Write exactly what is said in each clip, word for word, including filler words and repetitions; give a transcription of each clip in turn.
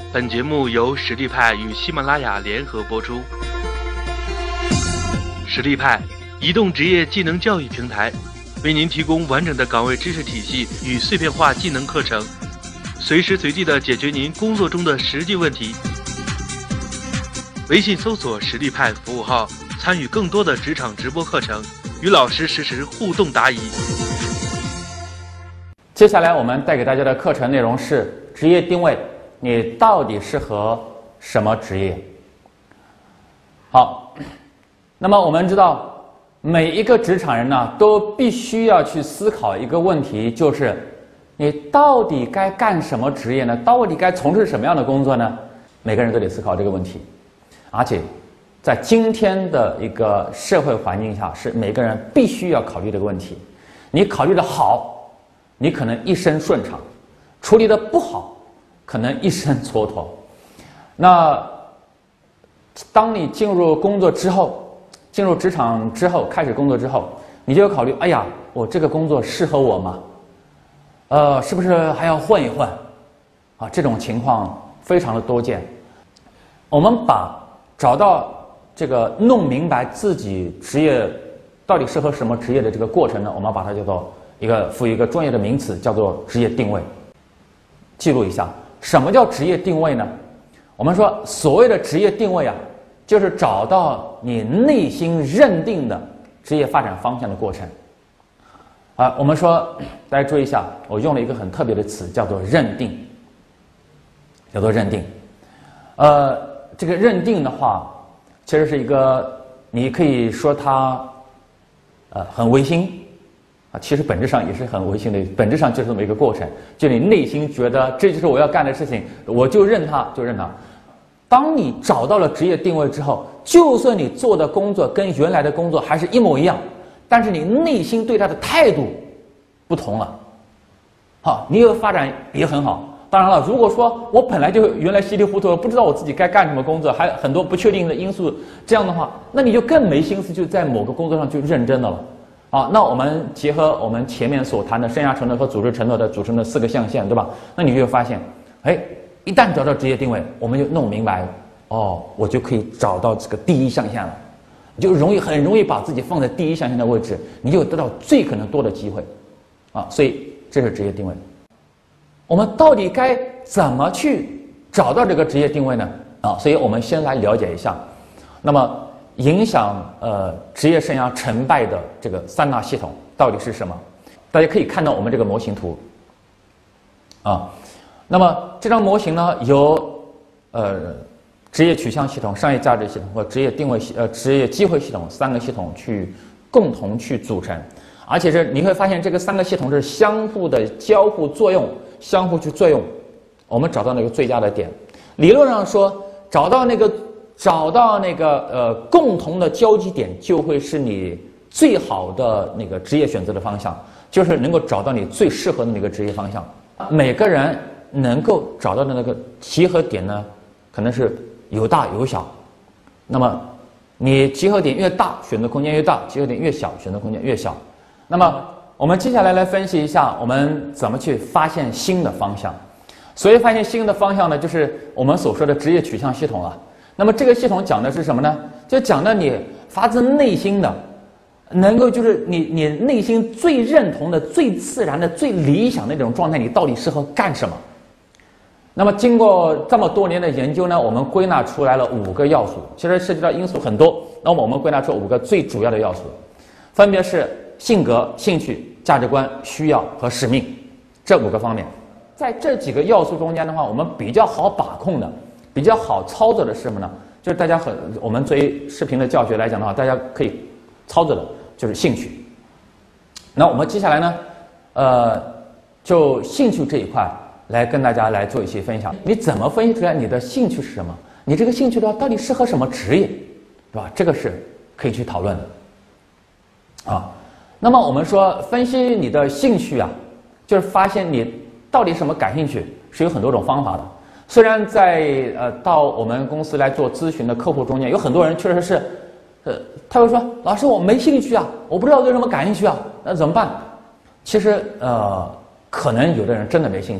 本节目由实力派与喜马拉雅联合播出。实力派，移动职业技能教育平台，为您提供完整的岗位知识体系与碎片化技能课程，随时随地的解决您工作中的实际问题。微信搜索实力派服务号，参与更多的职场直播课程，与老师实时互动答疑。 接下来我们带给大家的课程内容是职业定位，你到底适合什么职业？好，那么我们知道每一个职场人呢都必须要去思考一个问题，就是你到底该干什么职业呢？到底该从事什么样的工作呢？每个人都得思考这个问题，而且在今天的一个社会环境下，是每个人必须要考虑这个问题。你考虑的好，你可能一生顺畅；处理的不好，可能一生蹉跎。那当你进入工作之后，进入职场之后，开始工作之后，你就要考虑：哎呀，我这个工作适合我吗？呃，是不是还要混一混？啊，这种情况非常的多见。我们把找到这个弄明白自己职业到底适合什么职业的这个过程呢，我们把它叫做一个赋予一个专业的名词，叫做职业定位。记录一下，什么叫职业定位呢？我们说所谓的职业定位啊，就是找到你内心认定的职业发展方向的过程。啊，我们说大家注意一下，我用了一个很特别的词，叫做认定，叫做认定。呃，这个认定的话，其实是一个，你可以说它，呃，很违心。啊，其实本质上也是很违心的，本质上就是这么一个过程，就你内心觉得这就是我要干的事情，我就认它，就认它。当你找到了职业定位之后，就算你做的工作跟原来的工作还是一模一样，但是你内心对它的态度不同了，好，你有发展也很好。当然了，如果说我本来就原来稀里糊涂，不知道我自己该干什么工作，还有很多不确定的因素，这样的话，那你就更没心思就在某个工作上去认真的了。啊，那我们结合我们前面所谈的生涯承诺和组织承诺的组成的四个象限，对吧？那你就会发现，哎，一旦找到职业定位，我们就弄明白，哦，我就可以找到这个第一象限了，你就容易很容易把自己放在第一象限的位置，你就得到最可能多的机会，啊，所以这是职业定位。我们到底该怎么去找到这个职业定位呢？啊，所以我们先来了解一下，那么影响呃职业生涯成败的这个三大系统到底是什么？大家可以看到我们这个模型图啊。那么这张模型呢，由呃职业取向系统、商业价值系统和职业定位系呃职业机会系统三个系统去共同去组成，而且是你会发现这个三个系统是相互的交互作用，相互去作用。我们找到那个最佳的点，理论上说，找到那个。找到那个呃共同的交集点，就会是你最好的那个职业选择的方向，就是能够找到你最适合的那个职业方向。每个人能够找到的那个集合点呢，可能是有大有小。那么你集合点越大，选择空间越大；集合点越小，选择空间越小。那么我们接下来来分析一下，我们怎么去发现新的方向。所谓发现新的方向呢，就是我们所说的职业取向系统了。那么这个系统讲的是什么呢？就讲的你发自内心的，能够就是你你内心最认同的、最自然的、最理想的那种状态，你到底适合干什么？那么经过这么多年的研究呢，我们归纳出来了五个要素，其实涉及到因素很多。那么我们归纳出五个最主要的要素，分别是性格、兴趣、价值观、需要和使命这五个方面。在这几个要素中间的话，我们比较好把控的。比较好操作的是什么呢？就是大家很，我们作为视频的教学来讲的话，大家可以操作的就是兴趣。那我们接下来呢，呃，就兴趣这一块来跟大家来做一些分享。你怎么分析出来你的兴趣是什么？你这个兴趣的话，到底适合什么职业，是吧？这个是可以去讨论的。啊，那么我们说分析你的兴趣啊，就是发现你到底什么感兴趣，是有很多种方法的。虽然在呃到我们公司来做咨询的客户中间，有很多人确实是，呃，他会说：“老师，我没兴趣啊，我不知道对什么感兴趣啊，那怎么办？”其实呃，可能有的人真的没兴趣，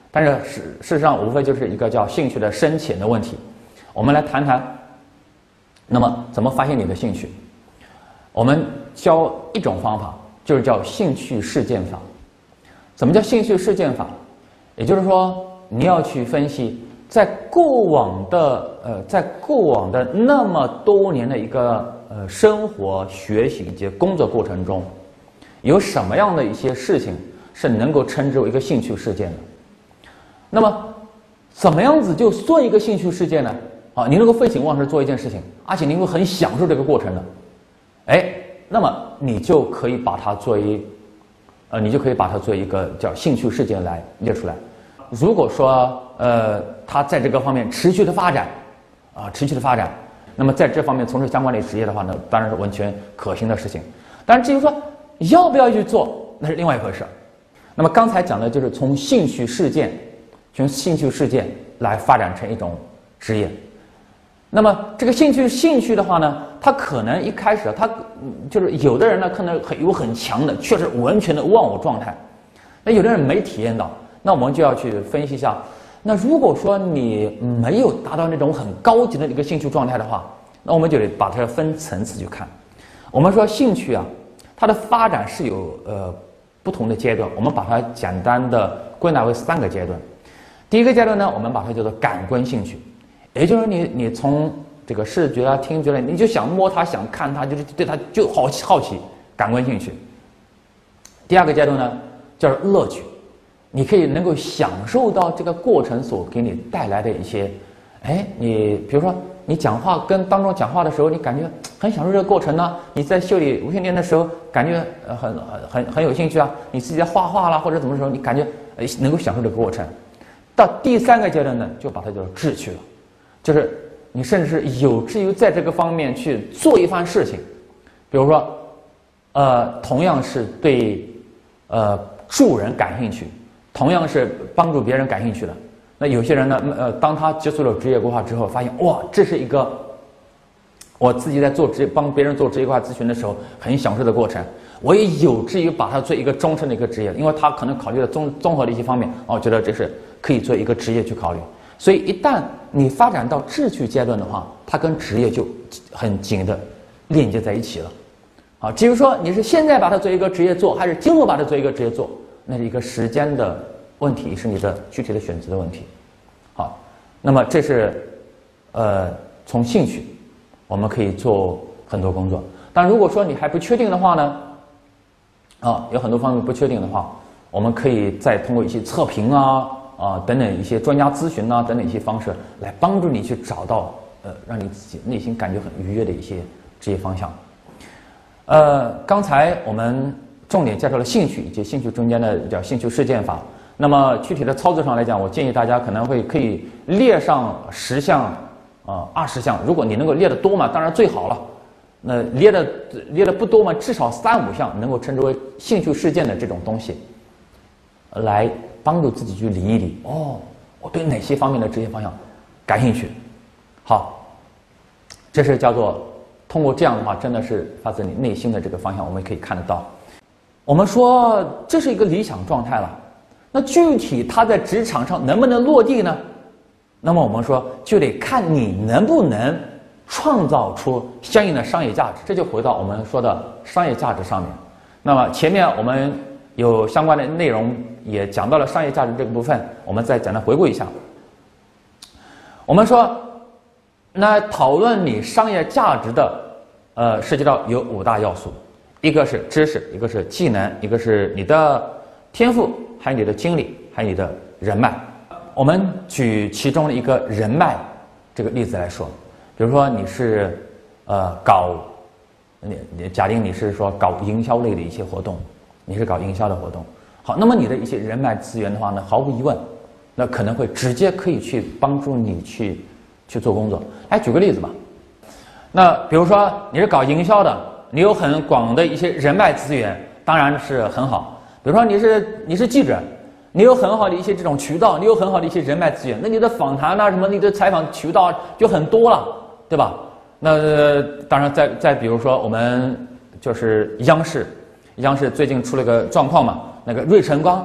但是事事实上无非就是一个叫兴趣的深浅的问题。我们来谈谈，那么怎么发现你的兴趣？我们教一种方法，就是叫兴趣事件法。怎么叫兴趣事件法？也就是说，你要去分析，在过往的呃，在过往的那么多年的一个呃生活、学习以及工作过程中，有什么样的一些事情是能够称之为一个兴趣事件的？那么，怎么样子就做一个兴趣事件呢？啊，你能够废寝忘食做一件事情，而且你会很享受这个过程的，哎，那么你就可以把它作为，呃，你就可以把它做一个叫兴趣事件来列出来。如果说呃，他在这个方面持续的发展，啊，持续的发展，那么在这方面从事相关的职业的话呢，当然是完全可行的事情。但是至于说要不要去做，那是另外一回事。那么刚才讲的就是从兴趣事件，从兴趣事件来发展成一种职业。那么这个兴趣兴趣的话呢，他可能一开始他就是有的人呢可能很有很强的，确实完全的忘我状态，那有的人没体验到，那我们就要去分析一下。那如果说你没有达到那种很高级的一个兴趣状态的话，那我们就得把它分层次去看。我们说兴趣啊，它的发展是有呃不同的阶段，我们把它简单的归纳为三个阶段。第一个阶段呢，我们把它叫做感官兴趣，也就是你你从这个视觉啊、听觉了，你就想摸它、想看它，就是对它就好奇好奇，感官兴趣。第二个阶段呢，叫乐趣。你可以能够享受到这个过程所给你带来的一些，哎，你比如说你讲话跟当众讲话的时候，你感觉很享受这个过程呢；你在修理无线电的时候，感觉呃很很很有兴趣啊；你自己在画画啦或者怎么时候，你感觉呃能够享受这个过程。到第三个阶段呢，就把它叫做志趣了，就是你甚至是有志于在这个方面去做一番事情，比如说，呃，同样是对呃助人感兴趣。同样是帮助别人感兴趣的，那有些人呢，呃，当他接触了职业规划之后，发现哇，这是一个我自己在做职帮别人做职业规划咨询的时候很享受的过程，我也有志于把它做一个终身的一个职业，因为他可能考虑了综综合的一些方面，我觉得这是可以做一个职业去考虑。所以一旦你发展到志趣阶段的话，它跟职业就很紧的链接在一起了。啊，至于说你是现在把它做一个职业做，还是今后把它做一个职业做，那是一个时间的问题，是你的具体的选择的问题。好，那么这是呃从兴趣我们可以做很多工作。但如果说你还不确定的话呢，啊有很多方面不确定的话，我们可以再通过一些测评啊啊等等一些专家咨询啊等等一些方式来帮助你去找到呃让你自己内心感觉很愉悦的一些职业方向。呃，刚才我们重点介绍了兴趣以及兴趣中间的叫兴趣事件法。那么具体的操作上来讲，我建议大家可能会可以列上十项啊二十项，如果你能够列得多嘛，当然最好了。那列的列的不多嘛，至少三五项能够称之为兴趣事件的这种东西，来帮助自己去理一理。哦，我对哪些方面的职业方向感兴趣？好，这是叫做通过这样的话，真的是发自你内心的这个方向，我们可以看得到。我们说这是一个理想状态了，那具体它在职场上能不能落地呢？那么我们说就得看你能不能创造出相应的商业价值，这就回到我们说的商业价值上面。那么前面我们有相关的内容也讲到了商业价值这个部分，我们再简单回顾一下。我们说那讨论你商业价值的呃涉及到有五大要素，一个是知识，一个是技能，一个是你的天赋，还有你的经历，还有你的人脉。我们举其中的一个人脉这个例子来说，比如说你是呃搞你你假定你是说搞营销类的一些活动，你是搞营销的活动，好，那么你的一些人脉资源的话呢，毫无疑问那可能会直接可以去帮助你去去做工作。来举个例子吧，那比如说你是搞营销的，你有很广的一些人脉资源，当然是很好。比如说你是你是记者，你有很好的一些这种渠道，你有很好的一些人脉资源，那你的访谈啊什么，你的采访渠道就很多了，对吧？那、呃、当然再再比如说我们就是央视，央视最近出了个状况嘛，那个芮成钢，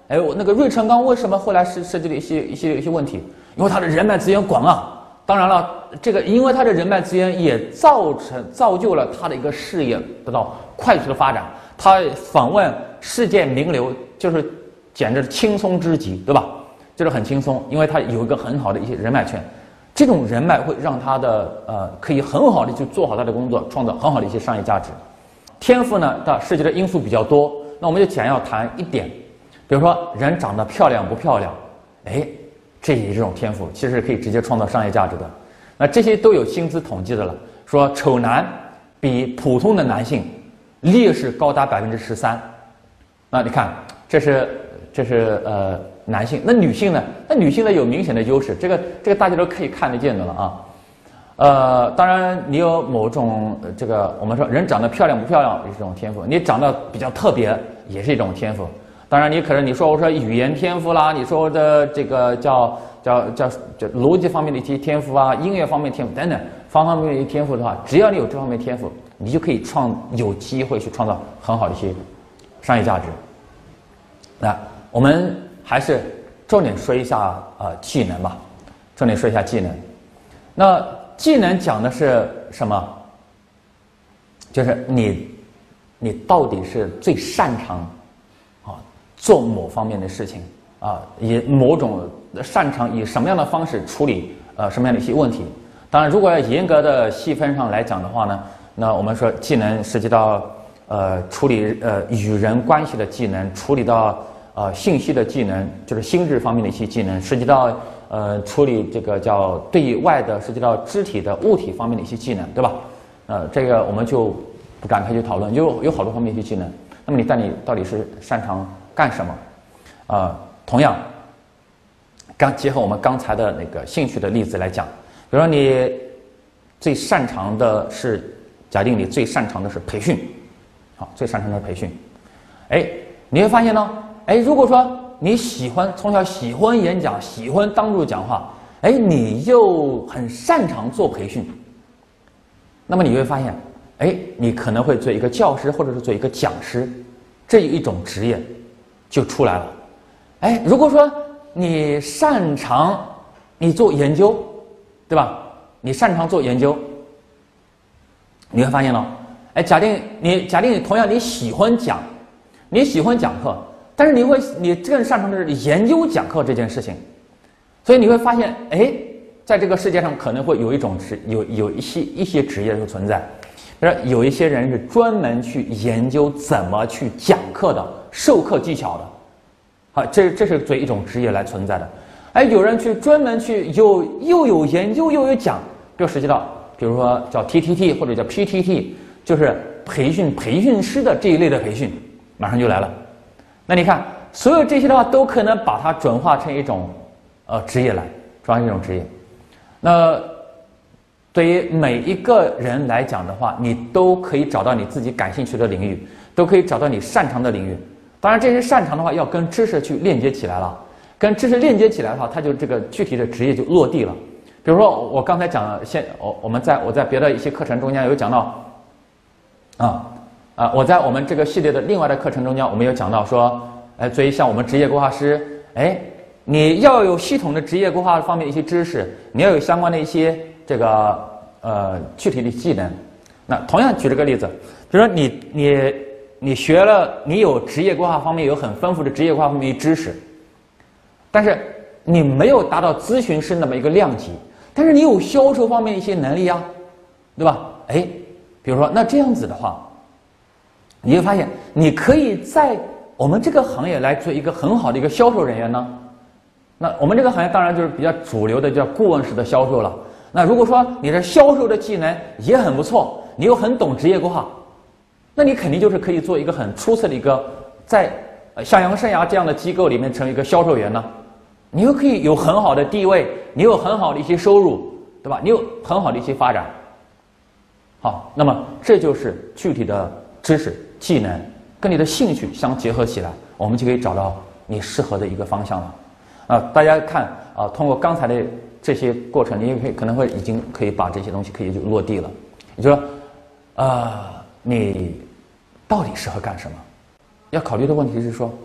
哎，我那个芮成钢为什么后来是涉及了一些一些一些问题？因为他的人脉资源广啊。当然了，这个因为他的人脉资源也造成造就了他的一个事业得到快速的发展。他访问世界名流，就是简直是轻松之极，对吧？就是很轻松，因为他有一个很好的一些人脉圈。这种人脉会让他的呃可以很好的去做好他的工作，创造很好的一些商业价值。天赋呢，它涉及的因素比较多，那我们就简要谈一点，比如说人长得漂亮不漂亮，哎。这也是这种天赋，其实可以直接创造商业价值的。那这些都有薪资统计的了，说丑男比普通的男性劣势高达百分之十三。那你看，这是这是呃男性，那女性呢？那女性呢有明显的优势，这个这个大家都可以看得见的了啊。呃，当然你有某种这个我们说人长得漂亮不漂亮也是一种天赋，你长得比较特别也是一种天赋。当然，你可能你说我说语言天赋啦，你说我的这个叫叫叫叫逻辑方面的一些天赋啊，音乐方面天赋等等方方面面的天赋的话，只要你有这方面天赋，你就可以创有机会去创造很好的一些商业价值。那我们还是重点说一下呃技能吧，重点说一下技能。那技能讲的是什么？就是你你到底是最擅长做某方面的事情啊，以某种擅长以什么样的方式处理呃什么样的一些问题。当然，如果要严格的细分上来讲的话呢，那我们说技能涉及到呃处理呃与人关系的技能，处理到呃信息的技能，就是心智方面的一些技能，涉及到呃处理这个叫对外的，涉及到肢体的物体方面的一些技能，对吧？呃，这个我们就不展开去讨论，有有好多方面一些技能。那么你但你到底是擅长干什么？啊、呃，同样，刚结合我们刚才的那个兴趣的例子来讲，比如说你最擅长的是，假定你最擅长的是培训，好，最擅长的是培训，哎，你会发现呢，哎，如果说你喜欢从小喜欢演讲，喜欢当众讲话，哎，你又很擅长做培训，那么你会发现，哎，你可能会做一个教师，或者是做一个讲师，这一种职业就出来了。哎，如果说你擅长你做研究，对吧？你擅长做研究，你会发现了，哎，假定你假定你同样你喜欢讲，你喜欢讲课，但是你会你更擅长的是研究讲课这件事情，所以你会发现，哎，在这个世界上可能会有一种职有有一些一些职业是存在。比如说有一些人是专门去研究怎么去讲课的，授课技巧的，好，这这是作为一种职业来存在的。哎，有人去专门去有又有研究又有讲，就涉及到比如说叫 T T T 或者叫 P T T， 就是培训培训师的这一类的培训，马上就来了。那你看，所有这些的话都可能把它转化成一种呃职业来，转化成一种职业。那对于每一个人来讲的话，你都可以找到你自己感兴趣的领域，都可以找到你擅长的领域。当然，这些擅长的话要跟知识去链接起来了，跟知识链接起来的话，它就这个具体的职业就落地了。比如说，我刚才讲，现我我们在我在别的一些课程中间有讲到，啊啊，我在我们这个系列的另外的课程中间，我们有讲到说，哎，作为像我们职业规划师，哎，你要有系统的职业规划方面的一些知识，你要有相关的一些这个呃具体的技能。那同样举这个例子，比如说你你你学了，你有职业规划方面有很丰富的职业规划方面的知识，但是你没有达到咨询师那么一个量级，但是你有销售方面的一些能力啊，对吧？哎，比如说那这样子的话，你会发现你可以在我们这个行业来做一个很好的一个销售人员呢。那我们这个行业当然就是比较主流的叫顾问式的销售了。那如果说你的销售的技能也很不错，你又很懂职业规划，那你肯定就是可以做一个很出色的一个在向阳生涯这样的机构里面成为一个销售员呢。你又可以有很好的地位，你有很好的一些收入，对吧？你有很好的一些发展。好，那么这就是具体的知识技能跟你的兴趣相结合起来，我们就可以找到你适合的一个方向了。啊，大家看啊，通过刚才的这些过程，你也可以可能会已经可以把这些东西可以就落地了。也就是说，啊，你到底适合干什么？要考虑的问题是说，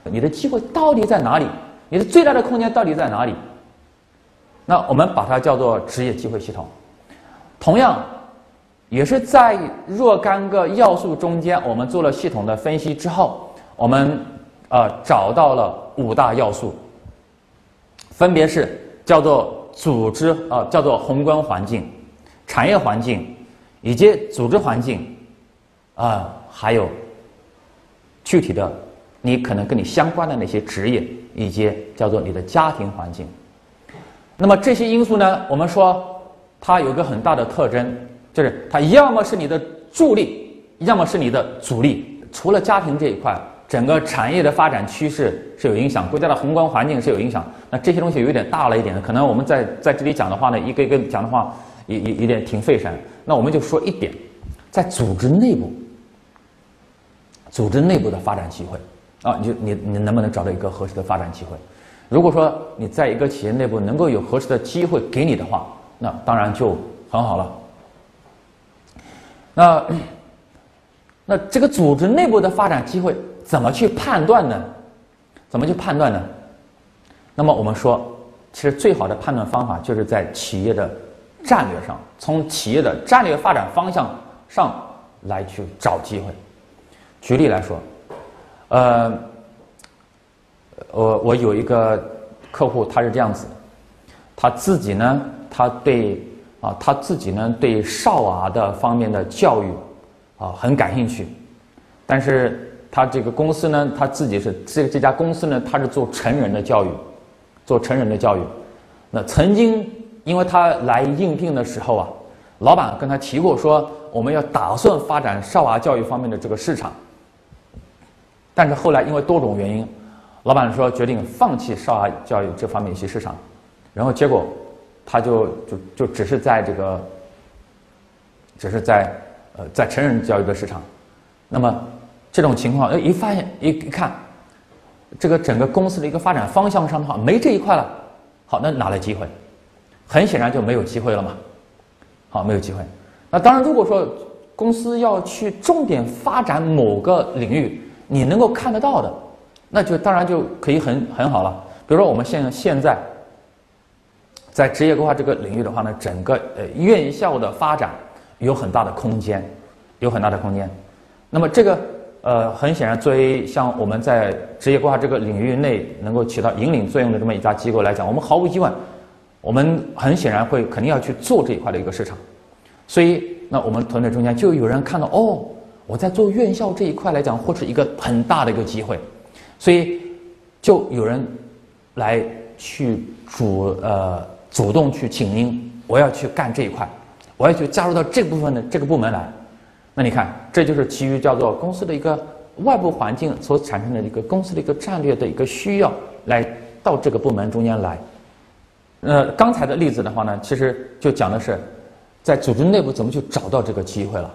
你的机会到底在哪里？你的最大的空间到底在哪里？那我们把它叫做职业机会系统。同样，也是在若干个要素中间，我们做了系统的分析之后，我们呃找到了五大要素，分别是叫做组织啊、呃，叫做宏观环境、产业环境，以及组织环境啊、呃，还有具体的你可能跟你相关的那些职业，以及叫做你的家庭环境。那么这些因素呢，我们说它有一个很大的特征，就是它要么是你的助力，要么是你的阻力。除了家庭这一块，整个产业的发展趋势是有影响，国家的宏观环境是有影响。那这些东西有点大了一点的，可能我们在在这里讲的话呢，一个一个讲的话，也也有点挺费神。那我们就说一点，在组织内部，组织内部的发展机会啊，你就你你能不能找到一个合适的发展机会？如果说你在一个企业内部能够有合适的机会给你的话，那当然就很好了。那那这个组织内部的发展机会怎么去判断呢？怎么去判断呢？那么我们说，其实最好的判断方法就是在企业的战略上，从企业的战略发展方向上来去找机会。举例来说，呃，我我有一个客户，他是这样子，他自己呢，他对啊，他自己呢对少儿的方面的教育啊很感兴趣，但是他这个公司呢，他自己是这这家公司呢，他是做成人的教育，做成人的教育。那曾经因为他来应聘的时候啊，老板跟他提过说，我们要打算发展少儿教育方面的这个市场。但是后来因为多种原因，老板说决定放弃少儿教育这方面一些市场，然后结果他就就就只是在这个，只是在呃在成人教育的市场。那么这种情况，一发现一一看，这个整个公司的一个发展方向上的话没这一块了，好，那哪来机会？很显然就没有机会了嘛。好，没有机会。那当然，如果说公司要去重点发展某个领域，你能够看得到的，那就当然就可以很很好了。比如说我们现现在在职业规划这个领域的话呢，整个呃院校的发展有很大的空间，有很大的空间。那么这个呃很显然，作为像我们在职业规划这个领域内能够起到引领作用的这么一家机构来讲，我们毫无疑问，我们很显然会肯定要去做这一块的一个市场。所以那我们团队中间就有人看到，哦，我在做院校这一块来讲，或是一个很大的一个机会，所以就有人来去主呃主动去请缨，我要去干这一块，我要去加入到这部分的这个部门来。那你看，这就是基于叫做公司的一个外部环境所产生的一个公司的一个战略的一个需要，来到这个部门中间来。呃，刚才的例子的话呢，其实就讲的是在组织内部怎么去找到这个机会了。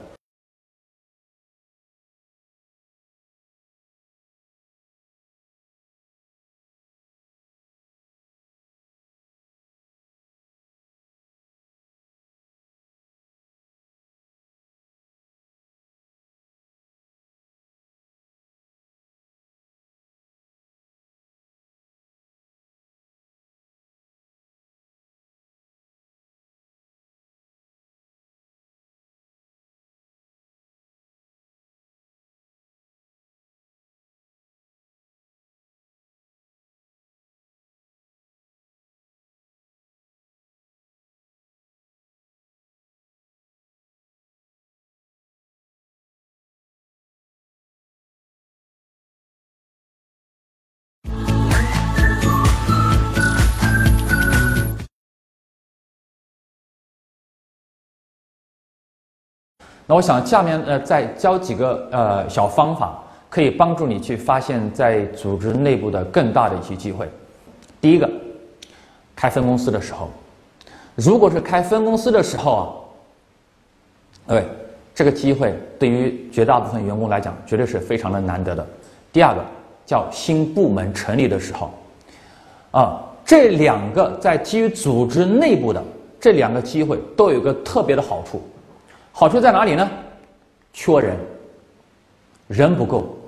那我想下面呃再教几个呃小方法，可以帮助你去发现在组织内部的更大的一些机会。第一个，开分公司的时候，如果是开分公司的时候啊，对，这个机会对于绝大部分员工来讲，绝对是非常的难得的。第二个叫新部门成立的时候，啊，这两个在基于组织内部的这两个机会都有一个特别的好处。好处在哪里呢？缺人，人不够，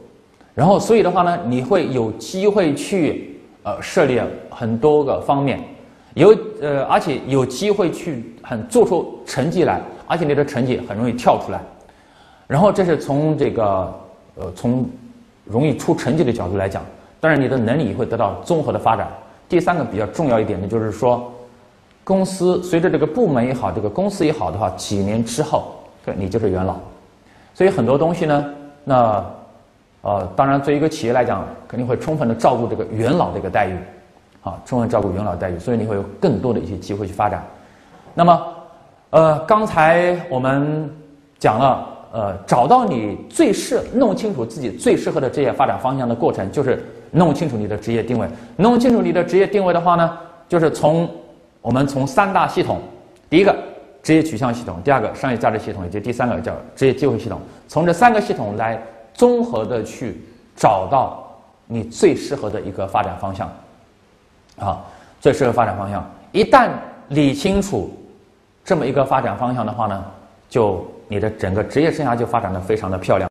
然后所以的话呢，你会有机会去呃涉猎很多个方面，有呃而且有机会去很做出成绩来，而且你的成绩很容易跳出来。然后这是从这个呃从容易出成绩的角度来讲，当然你的能力会得到综合的发展。第三个比较重要一点呢，就是说，公司随着这个部门也好，这个公司也好的话，几年之后，对你就是元老。所以很多东西呢，那呃，当然对于一个企业来讲，肯定会充分的照顾这个元老的一个待遇，啊，充分照顾元老待遇，所以你会有更多的一些机会去发展。那么，呃，刚才我们讲了。呃，找到你最适，弄清楚自己最适合的职业发展方向的过程，就是弄清楚你的职业定位。弄清楚你的职业定位的话呢，就是从我们从三大系统，第一个职业取向系统，第二个商业价值系统，以及第三个叫职业机会系统，从这三个系统来综合的去找到你最适合的一个发展方向，啊，最适合发展方向。一旦理清楚这么一个发展方向的话呢，就你的整个职业生涯就发展得非常的漂亮。